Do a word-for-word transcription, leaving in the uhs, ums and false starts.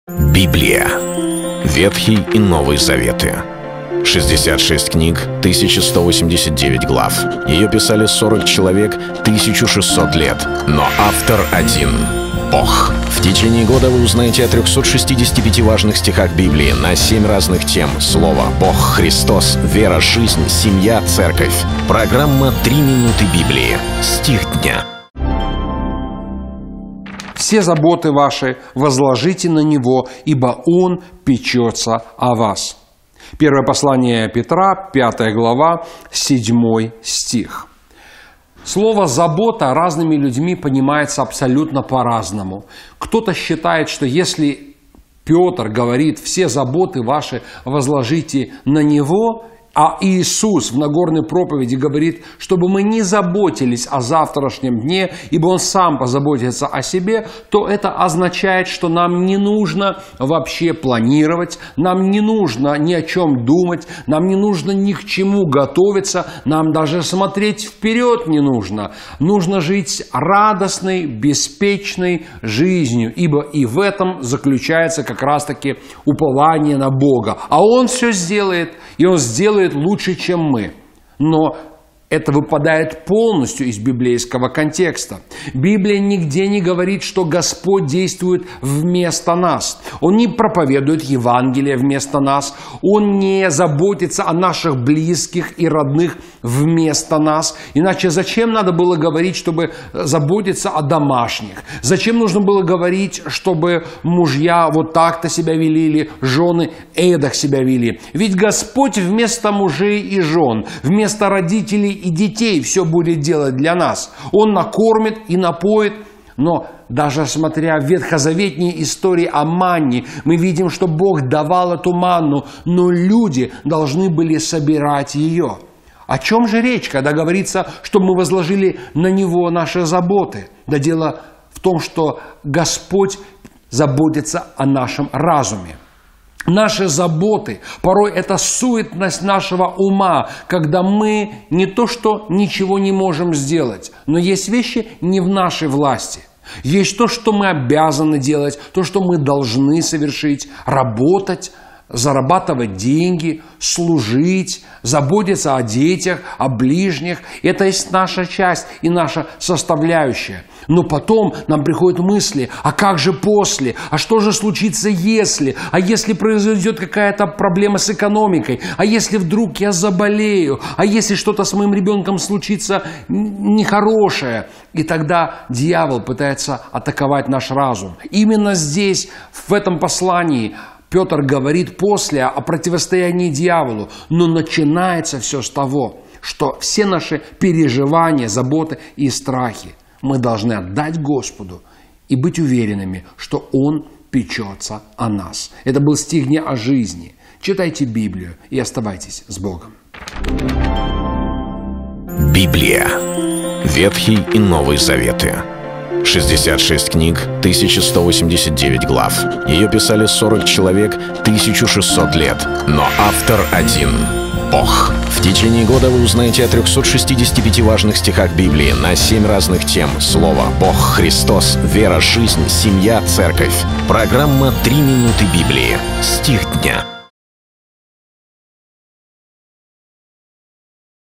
Библия. Ветхий и Новый Заветы. шестьдесят шесть книг, тысяча сто восемьдесят девять глав. Ее писали сорок человек, тысяча шестьсот лет. Но автор один — Бог. В течение года вы узнаете о трёхстах шестидесяти пяти важных стихах Библии на семь разных тем. Слово, Бог, Христос, вера, жизнь, семья, церковь. Программа «Три минуты Библии». Стих дня. Все заботы ваши возложите на Него, ибо Он печется о вас. Первое послание Петра, пятая глава, седьмой стих. Слово «забота» разными людьми понимается абсолютно по-разному. Кто-то считает, что если Петр говорит «все заботы ваши возложите на Него», а Иисус в Нагорной проповеди говорит, чтобы мы не заботились о завтрашнем дне, ибо Он сам позаботится о себе, то это означает, что нам не нужно вообще планировать, нам не нужно ни о чем думать, нам не нужно ни к чему готовиться, нам даже смотреть вперед не нужно. Нужно жить радостной, беспечной жизнью, ибо и в этом заключается как раз-таки упование на Бога. А Он все сделает, и Он сделает лучше, чем мы. Но это выпадает полностью из библейского контекста. Библия нигде не говорит, что Господь действует вместо нас. Он не проповедует Евангелие вместо нас. Он не заботится о наших близких и родных вместо нас. Иначе зачем надо было говорить, чтобы заботиться о домашних? Зачем нужно было говорить, чтобы мужья вот так-то себя вели, или жены эдак себя вели? Ведь Господь вместо мужей и жен, вместо родителей и детей все будет делать для нас. Он накормит и напоит. Но даже смотря в ветхозаветные истории о манне, мы видим, что Бог давал эту манну, но люди должны были собирать ее. О чем же речь, когда говорится, что мы возложили на Него наши заботы? Да дело в том, что Господь заботится о нашем разуме. Наши заботы, порой это суетность нашего ума, когда мы не то что ничего не можем сделать, но есть вещи не в нашей власти. Есть то, что мы обязаны делать, то, что мы должны совершить, работать, зарабатывать деньги, служить, заботиться о детях, о ближних. Это есть наша часть и наша составляющая. Но потом нам приходят мысли, а как же после? А что же случится если? А если произойдет какая-то проблема с экономикой? А если вдруг я заболею? А если что-то с моим ребенком случится нехорошее? И тогда дьявол пытается атаковать наш разум. Именно здесь, в этом послании, Петр говорит после о противостоянии дьяволу, но начинается все с того, что все наши переживания, заботы и страхи мы должны отдать Господу и быть уверенными, что Он печется о нас. Это был стих дня о жизни. Читайте Библию и оставайтесь с Богом. Библия. Ветхий и Новый Заветы. шестьдесят шесть книг, тысяча сто восемьдесят девять глав. Ее писали сорок человек, тысяча шестьсот лет. Но автор один — Бог. В течение года вы узнаете о трёхстах шестидесяти пяти важных стихах Библии на семь разных тем. Слово, Бог, Христос, вера, жизнь, семья, церковь. Программа «Три минуты Библии». Стих дня.